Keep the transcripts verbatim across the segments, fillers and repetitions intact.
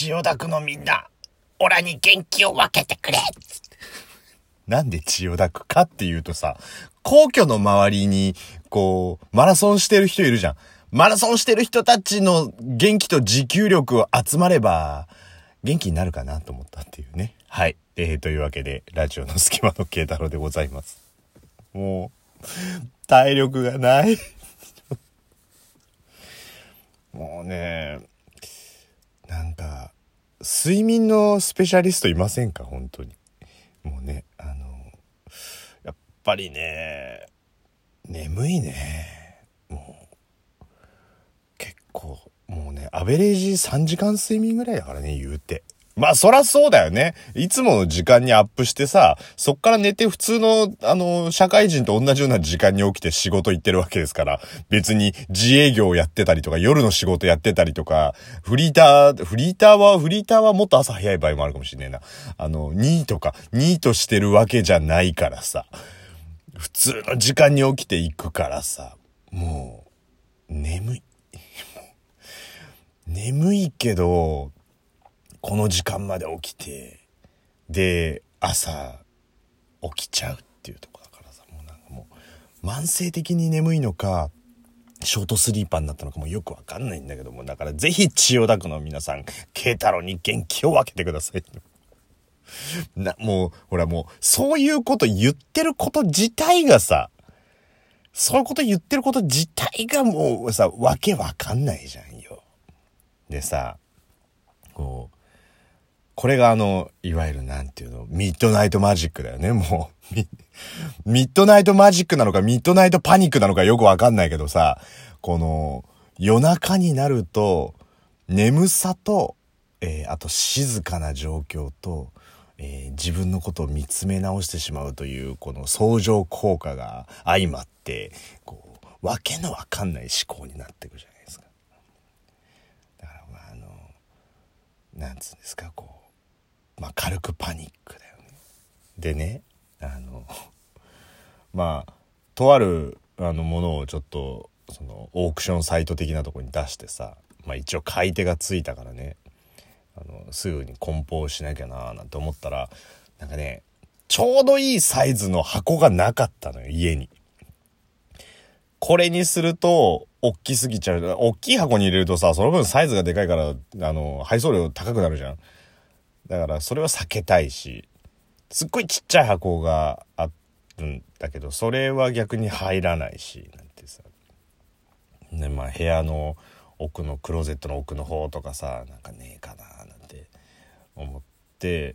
千代田区のみんな、オラに元気を分けてくれ。なんで千代田区かっていうとさ、皇居の周りに、こう、マラソンしてる人いるじゃん。マラソンしてる人たちの元気と持久力を集まれば、元気になるかなと思ったっていうね。はい。えー、というわけで、ラジオの隙間の慶太郎でございます。もう、体力がない。もうね、なんか、睡眠のスペシャリストいませんか本当に。もうね、あの、やっぱりね、眠いね。もう、結構、もうね、アベレージさんじかん睡眠ぐらいだからね、言うて。まあ、そらそうだよね。いつもの時間にアップしてさ、そっから寝て普通の、あの、社会人と同じような時間に起きて仕事行ってるわけですから、別に自営業やってたりとか、夜の仕事やってたりとか、フリーター、フリーターは、フリーターはもっと朝早い場合もあるかもしれないな。あの、ニーとか、ニートしてるわけじゃないからさ、普通の時間に起きていくからさ、もう、眠い。眠いけど、この時間まで起きて、で、朝、起きちゃうっていうとこだからさ、もうなんかもう、慢性的に眠いのか、ショートスリーパーになったのかもよくわかんないんだけども、だからぜひ千代田区の皆さん、慶太郎に元気を分けてください。な、もう、ほらもう、そういうこと言ってること自体がさ、そういうこと言ってること自体がもうさ、わけわかんないじゃんよ。でさ、こう、これがあの、いわゆるなんていうの、ミッドナイトマジックだよね、もう。ミ, ミッドナイトマジックなのか、ミッドナイトパニックなのかよくわかんないけどさ、この、夜中になると、眠さと、えー、あと静かな状況と、えー、自分のことを見つめ直してしまうという、この相乗効果が相まって、こう、わけのわかんない思考になっていくじゃないですか。だからまあ、あの、なんつうんですか、こう、まあ軽くパニックだよね。でね、あのまあとあるあのものをちょっとそのオークションサイト的なところに出してさ、まあ一応買い手がついたからね、あのすぐに梱包しなきゃなーなんて思ったら、なんかね、ちょうどいいサイズの箱がなかったのよ、家に。これにすると大きすぎちゃう。大きい箱に入れるとさ、その分サイズがでかいからあの配送料高くなるじゃん。だからそれは避けたいし、すっごいちっちゃい箱があるんだけど、それは逆に入らないし、なんてさ。で、まあ部屋の奥のクローゼットの奥の方とかさ、なんかねえかななんて思って、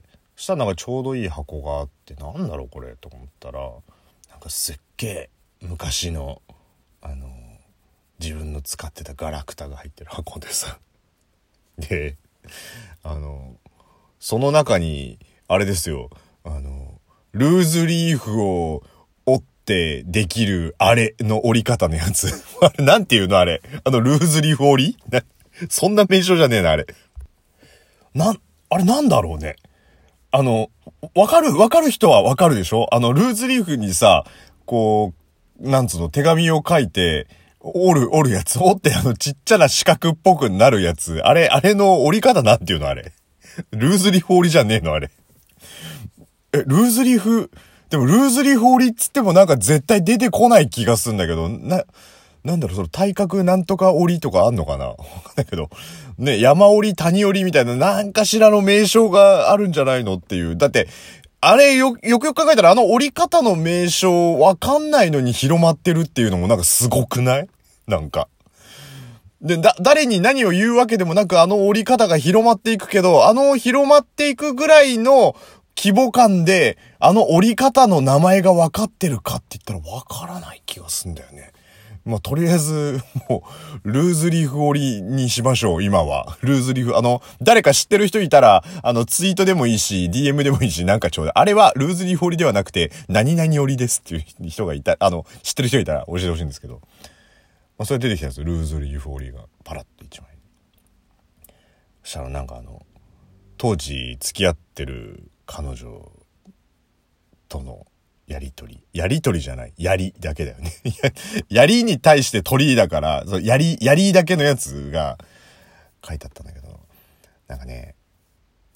そしたらなんかちょうどいい箱があって、なんだろうこれと思ったら、なんかすっげえ昔のあの自分の使ってたガラクタが入ってる箱でさ、で、あのその中に、あれですよ、あの、ルーズリーフを折ってできるあれの折り方のやつ。あれ、なんていうのあれ。あの、ルーズリーフ折りそんな名称じゃねえな、あれ。なん、あれなんだろうね。あの、わかる、わかる人はわかるでしょ？あの、ルーズリーフにさ、こう、なんつうの、手紙を書いて、折る、折るやつ。折ってあの、ちっちゃな四角っぽくなるやつ。あれ、あれの折り方なんていうのあれ。ルーズリーフ折りじゃねえのあれ。え、ルーズリーフ、でもルーズリーフ折りっつってもなんか絶対出てこない気がするんだけど、な、なんだろう、その体格なんとか折りとかあんのかなわかんないけど。ね、山折り、谷折りみたいななんかしらの名称があるんじゃないのっていう。だって、あれよ、よくよく考えたらあの折り方の名称わかんないのに広まってるっていうのもなんかすごくない？なんか。で、だ、誰に何を言うわけでもなく、あの折り方が広まっていくけど、あの広まっていくぐらいの規模感で、あの折り方の名前が分かってるかって言ったら分からない気がするんだよね。まあ、とりあえず、もう、ルーズリーフ折りにしましょう、今は。ルーズリーフ、あの、誰か知ってる人いたら、あの、ツイートでもいいし、ディーエム でもいいし、なんかちょうだい。あれは、ルーズリーフ折りではなくて、何々折りですっていう人がいた、あの、知ってる人いたら教えてほしいんですけど。まあ、それ出てきたんですよ、ルーズリーフ折りが。パラッと一枚。そしたらなんかあの、当時付き合ってる彼女とのやりとり。やりとりじゃない。やりだけだよね。やりに対して鳥だから、そうやり、やりだけのやつが書いてあったんだけど、なんかね、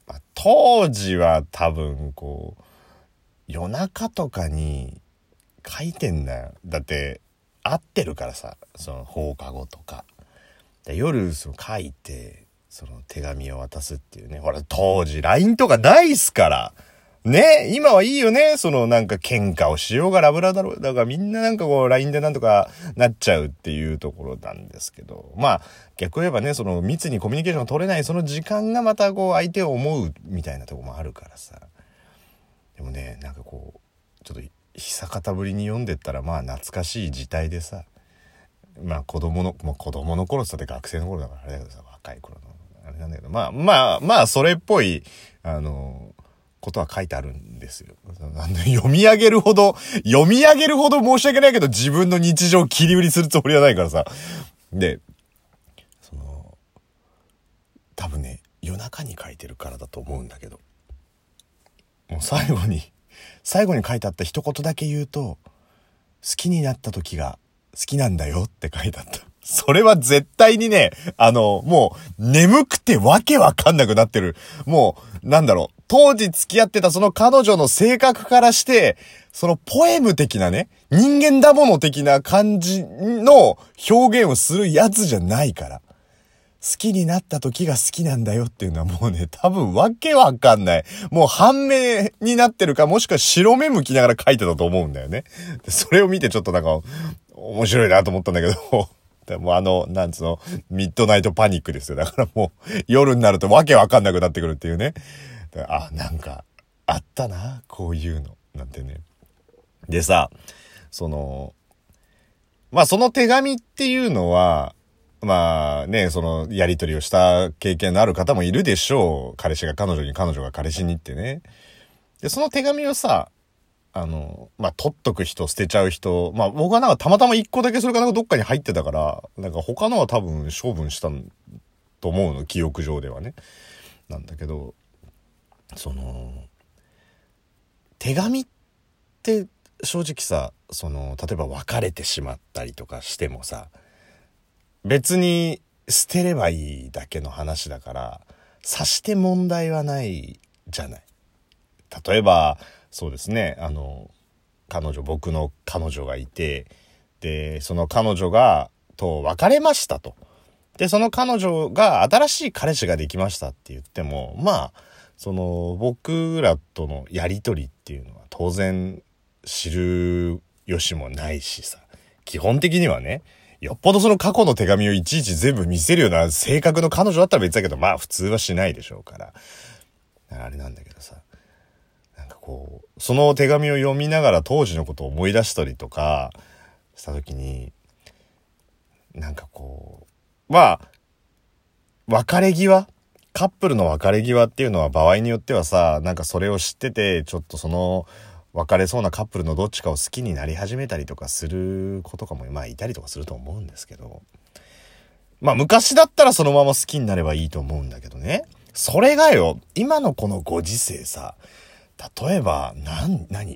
まあ、当時は多分こう夜中とかに書いてんだよ。だって会ってるからさ、その放課後とかで夜その書いてその手紙を渡すっていうね。ほら当時 ライン とかないっすからね。今はいいよね。そのなんか喧嘩をしようがラブラだろうだからみんななんかこう ライン でなんとかなっちゃうっていうところなんですけど、まあ逆を言えばね、その密にコミュニケーションを取れないその時間がまたこう相手を思うみたいなところもあるからさ。でもね、なんかこうちょっと久方ぶりに読んでったらまあ懐かしい字体でさ、まあ子供の、もう子供の頃って言ったって学生の頃だからあれだけどさ、若い頃のあれなんだけど、まあまあまあそれっぽいあのことは書いてあるんですよ。読み上げるほど読み上げるほど申し訳ないけど自分の日常を切り売りするつもりはないからさ。で、その多分ね夜中に書いてるからだと思うんだけど、もう最後に最後に書いてあった一言だけ言うと、好きになった時が好きなんだよって書いてあった。それは絶対にね、あの、もう眠くてわけわかんなくなってる。もう、なんだろう、当時付き合ってたその彼女の性格からして、そのポエム的なね、人間だもの的な感じの表現をするやつじゃないから。好きになった時が好きなんだよっていうのはもうね、多分わけわかんない。もう半目になってるか、もしくは白目向きながら書いてたと思うんだよね。でそれを見てちょっとなんか、面白いなと思ったんだけど、でもあの、なんつうの、ミッドナイトパニックですよ。だからもう、夜になるとわけわかんなくなってくるっていうね。あ、なんか、あったな、こういうの。なんてね。でさ、その、まあその手紙っていうのは、まあね、そのやり取りをした経験のある方もいるでしょう。彼氏が彼女に、彼女が彼氏にってね。で、その手紙をさ、あの、まあ、取っとく人、捨てちゃう人、まあ、僕はなんかたまたま一個だけそれがなんかどっかに入ってたから、なんか他のは多分処分したと思うの、記憶上ではね。なんだけど、その、手紙って正直さ、その、例えば別れてしまったりとかしてもさ、別に捨てればいいだけの話だから、さして問題はないじゃない。例えば、そうですね、あの、彼女、僕の彼女がいて、で、その彼女が、と別れましたと。で、その彼女が新しい彼氏ができましたって言っても、まあ、その、僕らとのやりとりっていうのは当然知る由もないしさ、基本的にはね、よっぽどその過去の手紙をいちいち全部見せるような性格の彼女だったら別だけど、まあ普通はしないでしょうから。あれなんだけどさ、なんかこう、その手紙を読みながら当時のことを思い出したりとかした時に、なんかこう、まあ、別れ際、カップルの別れ際っていうのは場合によってはさ、なんかそれを知ってて、ちょっとその、別れそうなカップルのどっちかを好きになり始めたりとかする子とかもまあいたりとかすると思うんですけど、まあ昔だったらそのまま好きになればいいと思うんだけどね、それがよ、今のこのご時世さ、例えばなん何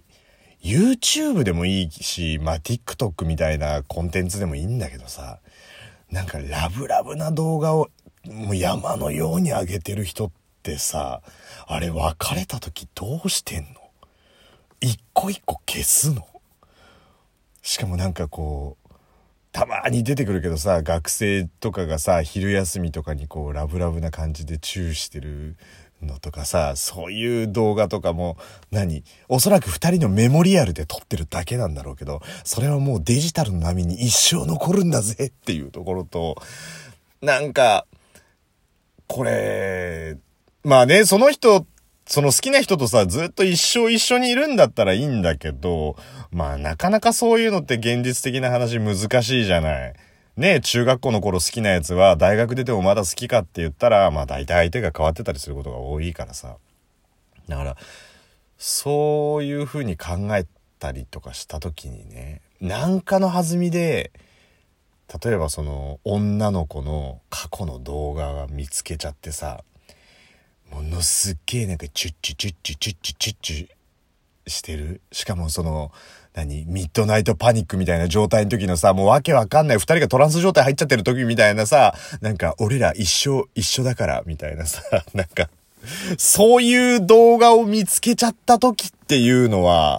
YouTube でもいいし、まあ TikTok みたいなコンテンツでもいいんだけどさ、なんかラブラブな動画をもう山のように上げてる人ってさ、あれ別れた時どうしてんの？一個一個消すの？しかもなんかこうたまに出てくるけどさ、学生とかがさ昼休みとかにこうラブラブな感じでチューしてるのとかさ、そういう動画とかも何おそらく二人のメモリアルで撮ってるだけなんだろうけど、それはもうデジタルの波に一生残るんだぜっていうところと、なんかこれまあね、その人その好きな人とさ、ずっと一生一緒にいるんだったらいいんだけど、まあなかなかそういうのって現実的な話難しいじゃない。ねえ、中学校の頃好きなやつは大学出てもまだ好きかって言ったら、まあ大体相手が変わってたりすることが多いからさ。だから、そういう風に考えたりとかした時にね、なんかの弾みで、例えばその女の子の過去の動画が見つけちゃってさ、ものすっげえなんかチュッチュチュッチュチュッチュチュッチュしてる。しかもその何ミッドナイトパニックみたいな状態の時のさ、もうわけわかんない二人がトランス状態入っちゃってる時みたいなさ、なんか俺ら一生一緒だからみたいなさ、なんかそういう動画を見つけちゃった時っていうのは、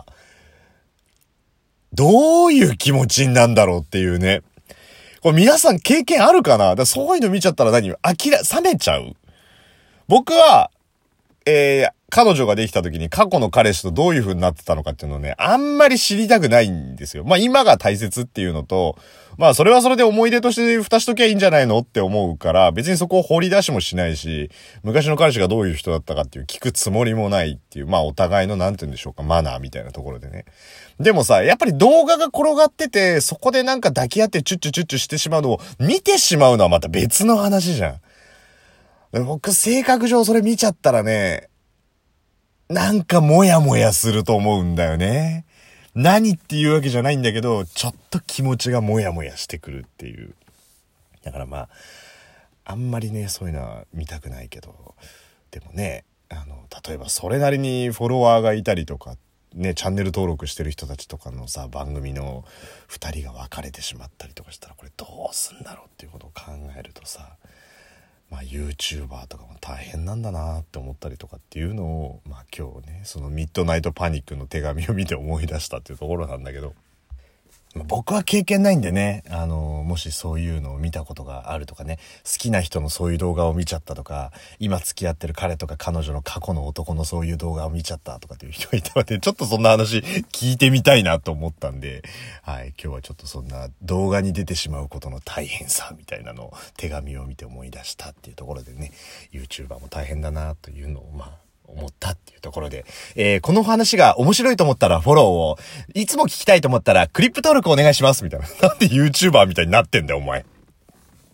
どういう気持ちになんだろうっていうね。これ皆さん経験あるかな？だからそういうの見ちゃったら何？諦め、冷めちゃう？僕は、えー、彼女ができた時に過去の彼氏とどういう風になってたのかっていうのをね、あんまり知りたくないんですよ。まあ今が大切っていうのと、まあそれはそれで思い出として蓋しときゃいいんじゃないのって思うから、別にそこを掘り出しもしないし、昔の彼氏がどういう人だったかっていう聞くつもりもないっていう、まあお互いのなんて言うんでしょうか、マナーみたいなところでね。でもさ、やっぱり動画が転がってて、そこでなんか抱き合ってチュッチュチュッチュしてしまうのを見てしまうのはまた別の話じゃん。僕性格上それ見ちゃったらね、なんかモヤモヤすると思うんだよね。何っていうわけじゃないんだけど、ちょっと気持ちがモヤモヤしてくるっていう。だからまあ、あんまりね、そういうのは見たくないけど、でもね、あの、例えばそれなりにフォロワーがいたりとか、ね、チャンネル登録してる人たちとかのさ、番組の二人が別れてしまったりとかしたら、これどうすんだろうっていうことを考えるとさ、まあ YouTuber とかも大変なんだなって思ったりとかっていうのを、まあ今日ね、そのミッドナイトパニックの手紙を見て思い出したっていうところなんだけど、僕は経験ないんでね、あの、もしそういうのを見たことがあるとかね、好きな人のそういう動画を見ちゃったとか、今付き合ってる彼とか彼女の過去の男のそういう動画を見ちゃったとかっていう人がいたらね、ちょっとそんな話聞いてみたいなと思ったんで、はい、今日はちょっとそんな動画に出てしまうことの大変さみたいなのを手紙を見て思い出したっていうところでね、YouTuber も大変だなというのをまあ、思ったっていうところで、えー、この話が面白いと思ったらフォローを、いつも聞きたいと思ったらクリップ登録お願いしますみたいな。なんで YouTuber みたいになってんだよお前。